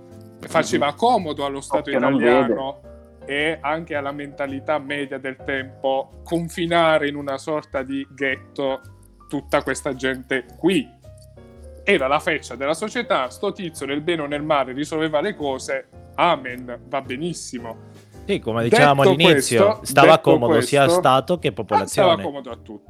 Faceva comodo allo Stato Occhio non italiano e anche alla mentalità media del tempo confinare in una sorta di ghetto tutta questa gente qui. Era la feccia della società, sto tizio nel bene o nel male risolveva le cose, amen, va benissimo. Sì, come dicevamo Detto all'inizio, questo, stava detto comodo sia questo, Stato che Stava popolazione. comodo a tutti.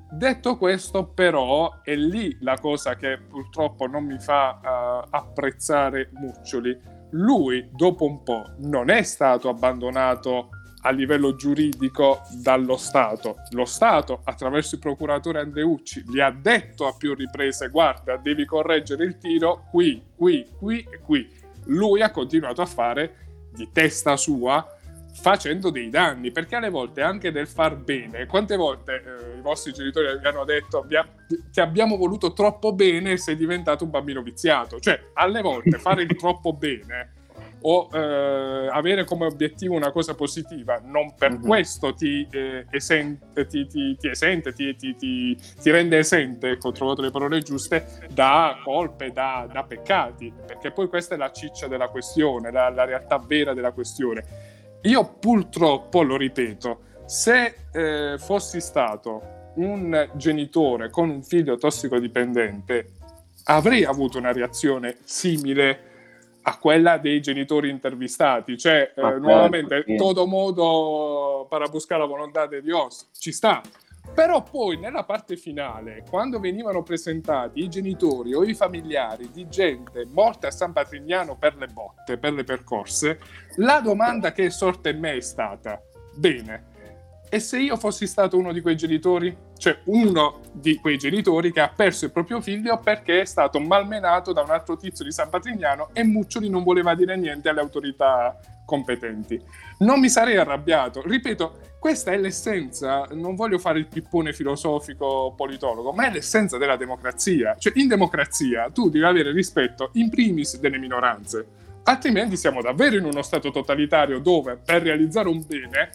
Detto questo, però, è lì la cosa che purtroppo non mi fa uh, apprezzare Muccioli. Lui, dopo un po', non è stato abbandonato a livello giuridico dallo Stato. Lo Stato, attraverso il procuratore Andreucci, gli ha detto a più riprese: guarda, devi correggere il tiro qui, qui, qui e qui. Lui ha continuato a fare di testa sua, facendo dei danni, perché alle volte anche del far bene, quante volte eh, i vostri genitori vi hanno detto ti abbiamo voluto troppo bene e sei diventato un bambino viziato. Cioè, alle volte fare il troppo bene o eh, avere come obiettivo una cosa positiva non per mm-hmm. questo ti, eh, esente, ti, ti, ti esente ti, ti, ti, ti rende esente, ecco, ho trovato le parole giuste, da colpe, da, da peccati, perché poi questa è la ciccia della questione, la, la realtà vera della questione. Io purtroppo, lo ripeto, se eh, fossi stato un genitore con un figlio tossicodipendente, avrei avuto una reazione simile a quella dei genitori intervistati, cioè eh, nuovamente sì. Todo modo para buscar la volontà de Dios, ci sta. Però poi nella parte finale, quando venivano presentati i genitori o i familiari di gente morta a San Patrignano per le botte, per le percorse, la domanda che è sorta in me è stata: bene, e se io fossi stato uno di quei genitori? Cioè uno di quei genitori che ha perso il proprio figlio perché è stato malmenato da un altro tizio di San Patrignano e Muccioli non voleva dire niente alle autorità competenti. Non mi sarei arrabbiato. Ripeto, questa è l'essenza, non voglio fare il pippone filosofico politologo, ma è l'essenza della democrazia. Cioè, in democrazia tu devi avere rispetto in primis delle minoranze, altrimenti siamo davvero in uno stato totalitario dove per realizzare un bene,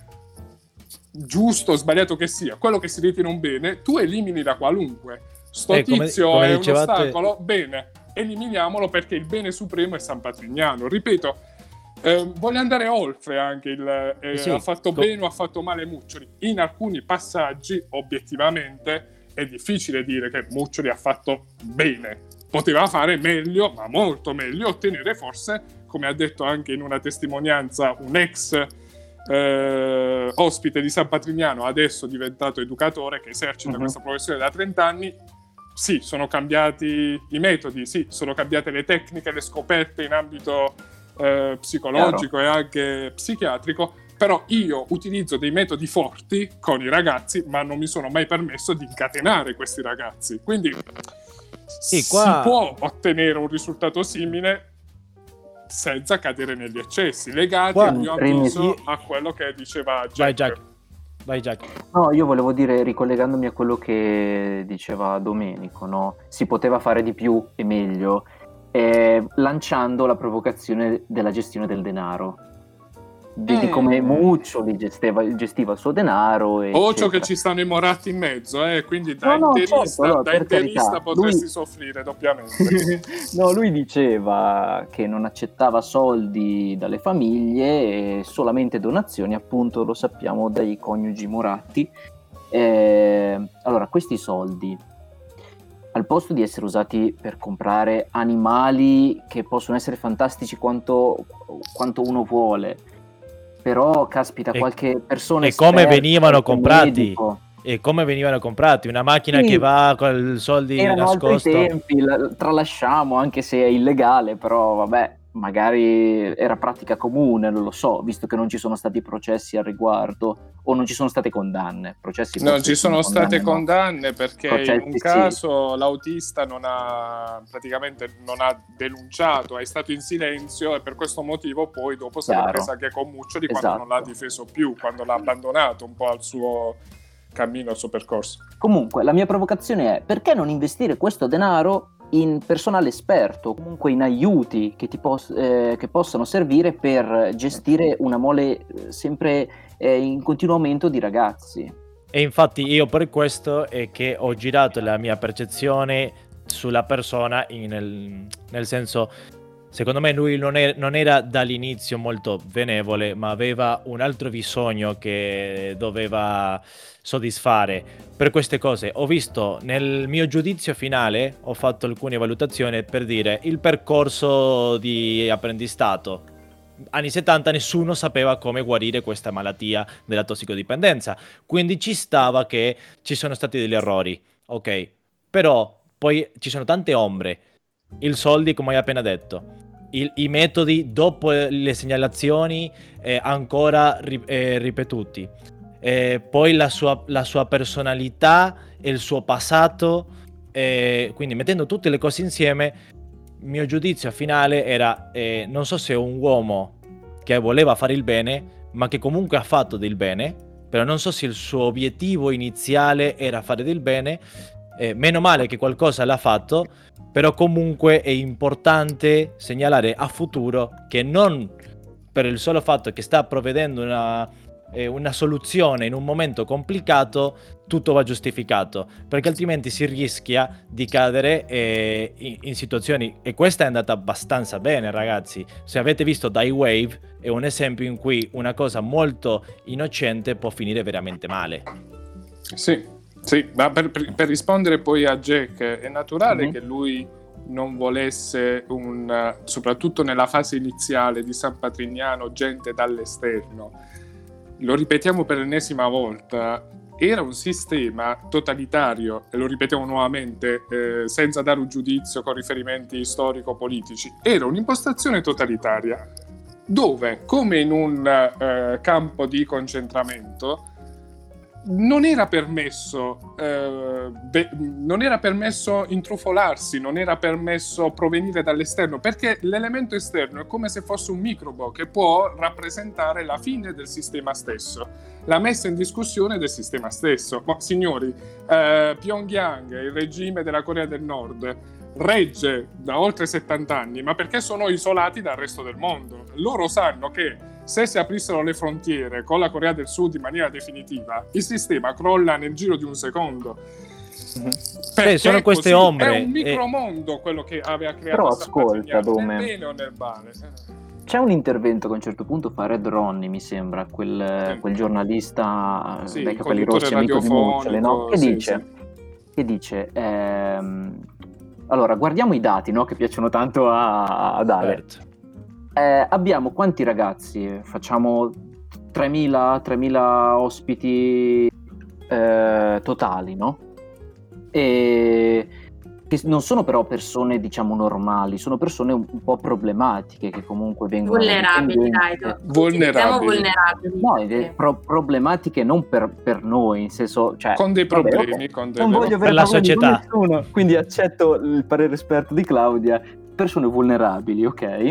giusto o sbagliato che sia, quello che si ritiene un bene, tu elimini da qualunque. Sto eh, tizio come, come è dicevate... un ostacolo, bene, eliminiamolo perché il bene supremo è San Patrignano. Ripeto, eh, voglio andare oltre anche il eh, sì, ha fatto co- bene o ha fatto male Muccioli. In alcuni passaggi, obiettivamente, è difficile dire che Muccioli ha fatto bene. Poteva fare meglio, ma molto meglio, ottenere forse, come ha detto anche in una testimonianza un ex Eh, ospite di San Patrignano, adesso diventato educatore, che esercita uh-huh. questa professione da trenta anni. Sì, sono cambiati i metodi, sì, sono cambiate le tecniche, le scoperte in ambito eh, psicologico Chiaro. E anche psichiatrico, però io utilizzo dei metodi forti con i ragazzi, ma non mi sono mai permesso di incatenare questi ragazzi, quindi sì, qua... si può ottenere un risultato simile senza cadere negli eccessi legati Qua, a mio avviso a quello che diceva Jack. Vai Jack. Vai Jack. No, io volevo dire, ricollegandomi a quello che diceva Domenico, no? Si poteva fare di più e meglio, eh, lanciando la provocazione della gestione del denaro, di, mm. di come Muccioli gestiva, gestiva il suo denaro. Occhio che ci stanno i Moratti in mezzo, eh, quindi da no, interista, no, certo, no, da interista potresti lui... soffrire doppiamente. No, lui diceva che non accettava soldi dalle famiglie e solamente donazioni, appunto, lo sappiamo, dai coniugi Moratti. Eh, allora, questi soldi, al posto di essere usati per comprare animali che possono essere fantastici quanto, quanto uno vuole, però caspita, e, qualche persona e come venivano comprati medico. E come venivano comprati una macchina sì, che va con i soldi erano nascosto. Altri tempi, la, tralasciamo, anche se è illegale, però vabbè, magari era pratica comune, non lo so, visto che non ci sono stati processi al riguardo o non ci sono state condanne. Processi non ci sono state condanne, no. Perché processi, in un caso sì. L'autista non ha praticamente non ha denunciato, è stato in silenzio e per questo motivo poi dopo si è presa anche con Muccioli esatto. Quando non l'ha difeso più, quando l'ha abbandonato un po' al suo cammino, al suo percorso. Comunque la mia provocazione è: perché non investire questo denaro in personale esperto, comunque in aiuti che, ti pos- eh, che possano servire per gestire una mole eh, sempre eh, in continuo aumento di ragazzi. E infatti io per questo è che ho girato la mia percezione sulla persona in, nel, nel senso, secondo me lui non, è, non era dall'inizio molto benevole, ma aveva un altro bisogno che doveva soddisfare. Per queste cose ho visto nel mio giudizio finale, ho fatto alcune valutazioni per dire il percorso di apprendistato anni settanta nessuno sapeva come guarire questa malattia della tossicodipendenza, quindi ci stava che ci sono stati degli errori, ok? Però poi ci sono tante ombre, il soldi come hai appena detto, il, i metodi dopo le segnalazioni eh, ancora ri, eh, ripetuti, eh, poi la sua, la sua personalità e il suo passato, eh, quindi mettendo tutte le cose insieme, il mio giudizio finale era eh, non so se è un uomo che voleva fare il bene, ma che comunque ha fatto del bene, però non so se il suo obiettivo iniziale era fare del bene. Eh, meno male che qualcosa l'ha fatto, però comunque è importante segnalare a futuro che non per il solo fatto che sta provvedendo una, eh, una soluzione in un momento complicato tutto va giustificato, perché altrimenti si rischia di cadere eh, in, in situazioni, e questa è andata abbastanza bene, ragazzi. Se avete visto Die Wave è un esempio in cui una cosa molto innocente può finire veramente male. Sì. Sì, ma per, per, per rispondere poi a Jack, è naturale mm-hmm. che lui non volesse, un, soprattutto nella fase iniziale di San Patrignano, gente dall'esterno. Lo ripetiamo per l'ennesima volta, era un sistema totalitario, e lo ripetiamo nuovamente eh, senza dare un giudizio con riferimenti storico-politici, era un'impostazione totalitaria, dove, come in un eh, campo di concentramento, non era permesso eh, be- non era permesso intrufolarsi, non era permesso provenire dall'esterno, perché l'elemento esterno è come se fosse un microbo che può rappresentare la fine del sistema stesso, la messa in discussione del sistema stesso. Ma signori, eh, Pyongyang, il regime della Corea del Nord, regge da oltre settanta anni, ma perché sono isolati dal resto del mondo. Loro sanno che se si aprissero le frontiere con la Corea del Sud in maniera definitiva, il sistema crolla nel giro di un secondo. Mm-hmm. Sì, sono queste così, ombre. È un micromondo quello che aveva creato. Però ascolta, Dome, nel bene o nel male. C'è un intervento che a un certo punto fa Red Ronnie, mi sembra, quel, sì. quel giornalista sì, dai capelli rossi, amico di Mucciole, no? Che sì, dice, sì. che dice ehm, allora, guardiamo i dati, no? Che piacciono tanto a, ad Ale. Certo. Eh, abbiamo quanti ragazzi? Facciamo tremila ospiti eh, totali, no? E che non sono però persone, diciamo, normali, sono persone un, un po' problematiche che comunque vengono vulnerabili, dai, vulnerabili. vulnerabili. No, eh, pro- problematiche non per, per noi, in senso, cioè, con dei problemi, vabbè, okay, con dei non voglio per la società. Nessuno, quindi accetto il parere esperto di Claudia. Persone vulnerabili, ok?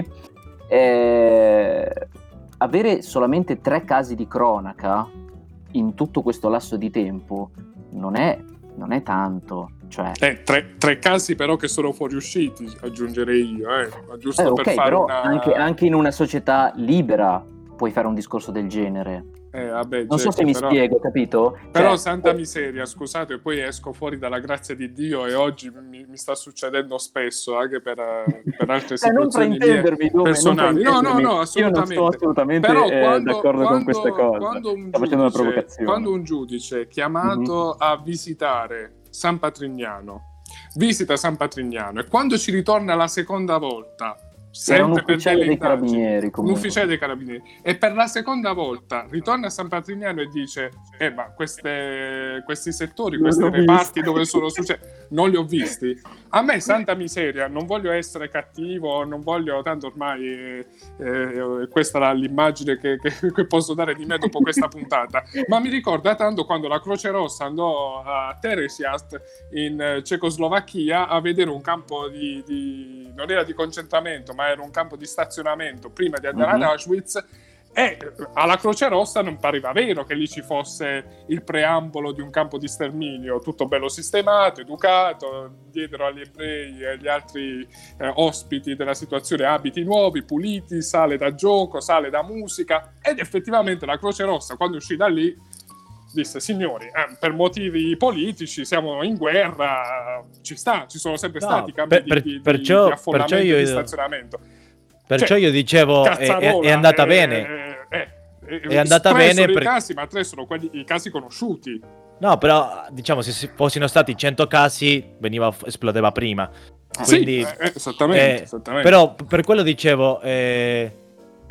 Eh, avere solamente tre casi di cronaca in tutto questo lasso di tempo non è, non è tanto, cioè eh, tre, tre casi però che sono fuoriusciti, aggiungerei io, eh, giusto eh, per okay, fare però una... anche, anche in una società libera puoi fare un discorso del genere. Eh, vabbè, non so Jack, se mi però, spiego, capito? Però cioè, santa miseria, scusate, poi esco fuori dalla grazia di Dio e oggi mi, mi sta succedendo spesso anche per, per altre cioè, situazioni mie personali. No, no, no, assolutamente. Io non sto assolutamente però eh, quando, d'accordo quando, con questa cosa. Quando un, sto facendo una giudice, provocazione. Quando un giudice chiamato mm-hmm. a visitare San Patrignano visita San Patrignano e quando ci ritorna la seconda volta, era un ufficiale dei carabinieri, un ufficiale dei carabinieri, e per la seconda volta ritorna a San Patrignano e dice eh ma queste, questi settori, non questi reparti dove sono successi non li ho visti. A me, santa miseria, non voglio essere cattivo, non voglio, tanto ormai eh, eh, questa è l'immagine che, che, che posso dare di me dopo questa puntata, ma mi ricorda tanto quando la Croce Rossa andò a Teresiast in Cecoslovacchia a vedere un campo di, di non era di concentramento ma era un campo di stazionamento prima di andare mm-hmm. ad Auschwitz, e alla Croce Rossa non pareva vero che lì ci fosse il preambolo di un campo di sterminio, tutto bello sistemato, educato, diedero agli ebrei e agli altri eh, ospiti della situazione abiti nuovi, puliti, sale da gioco, sale da musica, ed effettivamente la Croce Rossa quando uscì da lì disse signori, eh, per motivi politici siamo in guerra, ci sta, ci sono sempre no, stati cambi per, di, di, perciò, di affollamento perciò io, e di stazionamento. Perciò cioè, io dicevo è, è andata eh, bene eh, eh, è andata bene sono per... i casi, ma tre sono quelli, i casi conosciuti. No, però diciamo se fossero stati cento casi veniva esplodeva prima. Quindi, sì, eh, esattamente, eh, esattamente. Però per quello dicevo eh,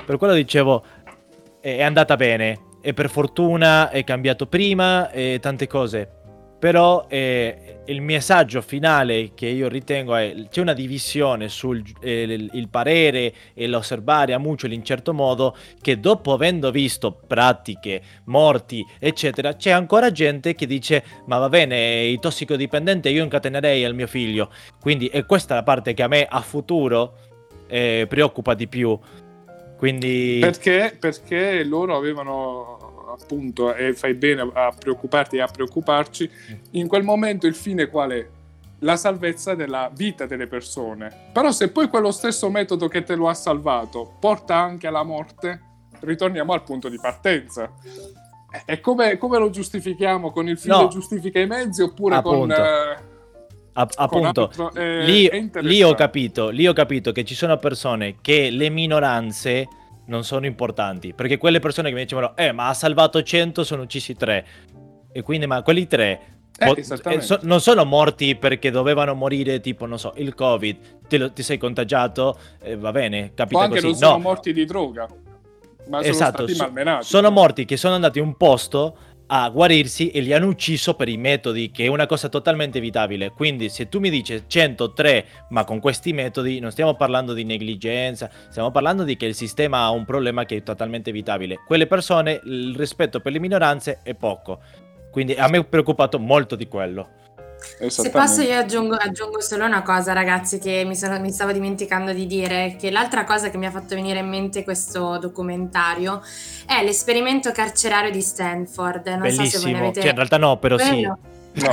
Per quello dicevo, è andata bene, e per fortuna è cambiato prima e tante cose. Però eh, il messaggio finale che io ritengo è: c'è una divisione sul eh, il, il parere e l'osservare a Muccioli in certo modo, che dopo avendo visto pratiche, morti, eccetera, c'è ancora gente che dice: ma va bene, il tossicodipendente io incatenerei al mio figlio. Quindi è questa la parte che a me a futuro eh, preoccupa di più. Quindi... Perché, perché loro avevano, appunto, e fai bene a preoccuparti e a preoccuparci, in quel momento il fine qual è? La salvezza della vita delle persone. Però se poi quello stesso metodo che te lo ha salvato porta anche alla morte, ritorniamo al punto di partenza. E come, come lo giustifichiamo? Con il fine No. giustifica i mezzi, oppure Appunto. con... Eh, A- appunto, altro, eh, lì, è interessante. lì ho capito, lì ho capito che ci sono persone che le minoranze non sono importanti, perché quelle persone che mi dicevano eh ma ha salvato cento, sono uccisi tre, e quindi ma quelli tre Eh, po- esattamente. eh, so- non sono morti perché dovevano morire, tipo non so, il Covid, te lo- ti sei contagiato, eh, va bene, O capita anche così. non sono No, morti di droga, ma sono esatto, stati so- malmenati. sono morti che sono andati in un posto a guarirsi e li hanno ucciso per i metodi, che è una cosa totalmente evitabile. Quindi se tu mi dici centotré ma con questi metodi, non stiamo parlando di negligenza, stiamo parlando di che il sistema ha un problema che è totalmente evitabile. Quelle persone, il rispetto per le minoranze è poco, quindi a me è preoccupato molto di quello. Se posso io aggiungo, aggiungo solo una cosa, ragazzi, che mi, sono, mi stavo dimenticando di dire, che l'altra cosa che mi ha fatto venire in mente questo documentario è l'esperimento carcerario di Stanford. Non so se voi ne Bellissimo, avete... cioè in realtà no, però sì. Quello- No.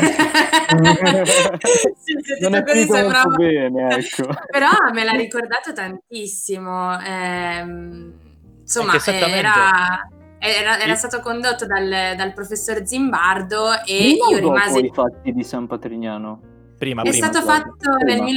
Sì, sentito Non è così finito sembrava- molto bene, ecco. Però me l'ha ricordato tantissimo. ehm, insomma, Anche esattamente. era, era, era Sì. stato condotto dal, dal professor Zimbardo e Prima o io dopo rimasi... i fatti di San Patrignano? Prima, È prima. stato guarda. fatto Prima. nel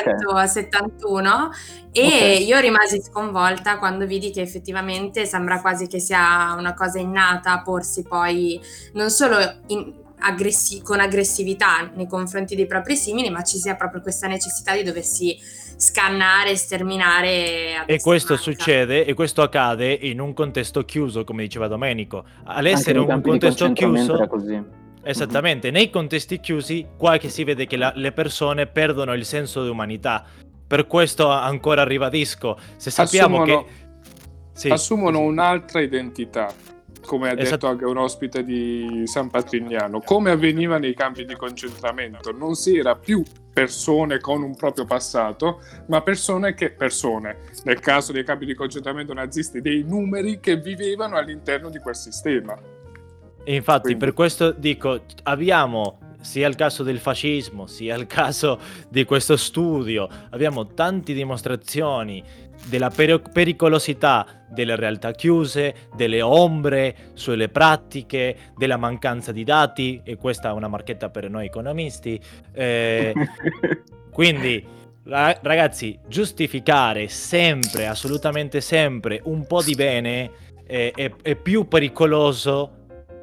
millenovecentosettantuno e Ok. io rimasi sconvolta quando vidi che effettivamente sembra quasi che sia una cosa innata porsi poi non solo in aggressi- con aggressività nei confronti dei propri simili, ma ci sia proprio questa necessità di doversi scannare, sterminare a E destra questo manca. succede e questo accade in un contesto chiuso, come diceva Domenico. Anche All'essere nei un campi di contesto concentramento chiuso, era così. esattamente, nei contesti chiusi qua che si vede che la- le persone perdono il senso di umanità. Per questo ancora ribadisco, se sappiamo Assumono- che sì, assumono sì, sì. un'altra identità, come ha Esatto. detto anche un ospite di San Patrignano. Come avveniva nei campi di concentramento, non si era più persone con un proprio passato, ma persone che persone, nel caso dei campi di concentramento nazisti, dei numeri che vivevano all'interno di quel sistema. E infatti Quindi- per questo dico, abbiamo sia il caso del fascismo, sia il caso di questo studio, abbiamo tante dimostrazioni della peri- pericolosità delle realtà chiuse, delle ombre sulle pratiche, della mancanza di dati, e questa è una marchetta per noi economisti. Eh, quindi, ra- ragazzi, giustificare sempre, assolutamente sempre, un po' di bene è, è- è più pericoloso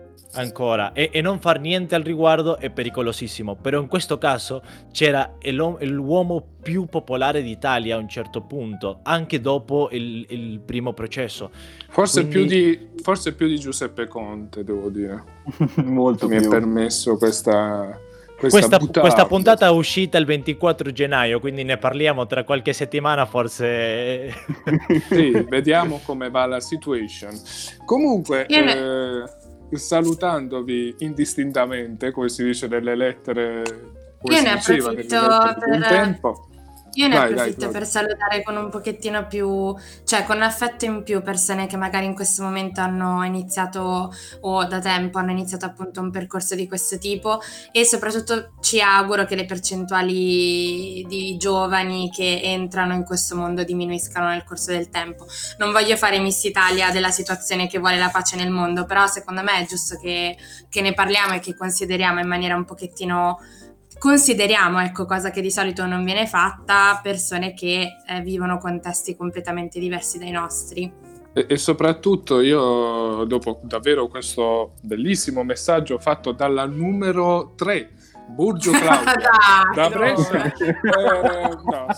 ancora, e, e non far niente al riguardo è pericolosissimo. Però in questo caso c'era l'uomo, l'uomo più popolare d'Italia a un certo punto, anche dopo il, il primo processo. Forse, Quindi- più di, forse più di Giuseppe Conte, devo dire. Molto Mi è più. permesso questa, questa, Questa, buttarda. questa puntata è uscita il ventiquattro gennaio, quindi ne parliamo tra qualche settimana forse. Sì, vediamo come va la situation. Comunque, Io ne- eh, salutandovi indistintamente, come si dice nelle lettere, come Io si ne diceva nelle approfitto lettere di un per- tempo. Io ne Vai, dai, approfitto Claudia. per salutare con un pochettino più, cioè con affetto in più, persone che magari in questo momento hanno iniziato o da tempo hanno iniziato appunto un percorso di questo tipo, e soprattutto ci auguro che le percentuali di giovani che entrano in questo mondo diminuiscano nel corso del tempo. Non voglio fare Miss Italia della situazione che vuole la pace nel mondo, però secondo me è giusto che, che ne parliamo e che consideriamo in maniera un pochettino... Consideriamo, ecco, cosa che di solito non viene fatta, persone che eh, vivono contesti completamente diversi dai nostri. E, e soprattutto io, dopo davvero questo bellissimo messaggio fatto dalla numero tre Burgio Claudia Dai, da no. Brescia. Eh, no,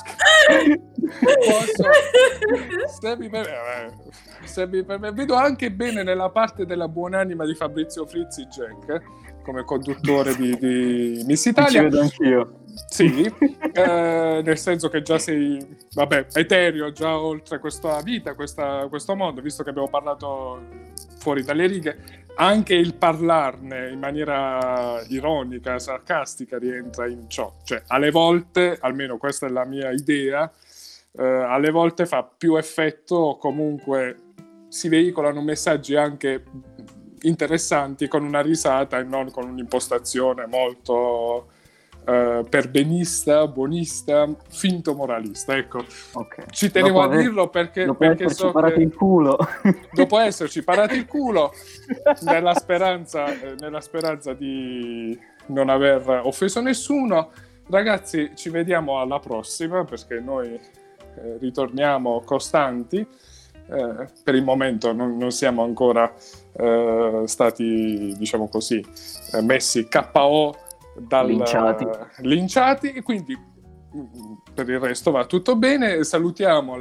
Posso, se mi per- eh, se mi permette, vedo anche bene nella parte della buonanima di Fabrizio Frizzi Jack, eh, come conduttore di, di Miss Ci Italia. vedo anch'io. Sì, eh, nel senso che già sei, vabbè, etereo, già oltre questa vita, questa, questo mondo, visto che abbiamo parlato fuori dalle righe, anche il parlarne in maniera ironica, sarcastica rientra in ciò. Cioè, alle volte, almeno questa è la mia idea, eh, alle volte fa più effetto, o comunque si veicolano messaggi anche interessanti con una risata e non con un'impostazione molto eh, perbenista, buonista, finto moralista. Ecco, Ok. ci tenevo Dopo a aver- dirlo perché, dopo perché esserci so parato che il culo. dopo esserci parati il culo, nella speranza, eh, nella speranza di non aver offeso nessuno, ragazzi, ci vediamo alla prossima, perché noi eh, ritorniamo costanti. Eh, per il momento non, non siamo ancora eh, stati, diciamo così, eh, messi K O dal Linciati. linciati, e quindi mm, per il resto va tutto bene. Salutiamo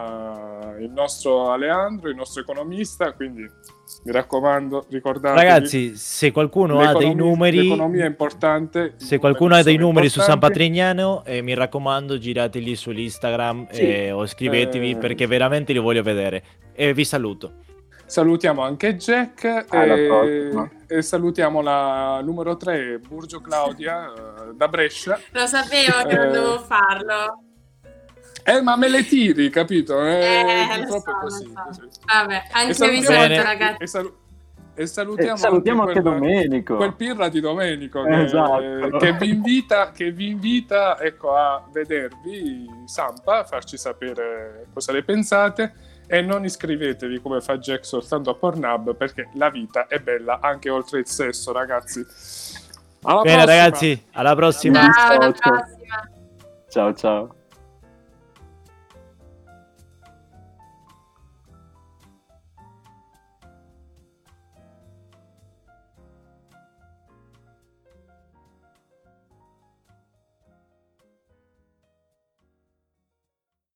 la- il nostro Aleandro, il nostro economista, quindi mi raccomando, ricordatevi, Ragazzi, se qualcuno ha dei l'economia- numeri, l'economia è importante, i se qualcuno ha numeri dei sono numeri su San importanti. Patrignano, eh, mi raccomando, girateli sull'Instagram Sì. eh, o scrivetevi Eh, perché veramente li voglio vedere. E vi saluto. Salutiamo anche Jack Alla e, prossima. e salutiamo la numero tre, Burgio Claudia, eh, da Brescia. Lo sapevo che non Eh, dovevo farlo. Eh, ma me le tiri, capito? Eh, Eh, lo purtroppo so, è lo così. so. così. Vabbè, E anche io vi salutiamo Bene. saluto, anche- ragazzi. e salu- e salutiamo, Eh, salutiamo anche quel- Domenico. quel pirla di Domenico che, Esatto. che vi invita, che vi invita ecco, a vedervi Sampa, a farci sapere cosa ne pensate, e non iscrivetevi come fa Jack soltanto a Pornhub, perché la vita è bella anche oltre il sesso, ragazzi. Alla Bene, prossima. ragazzi, alla prossima. Mi Ciao, alla dissocio. prossima. Ciao ciao.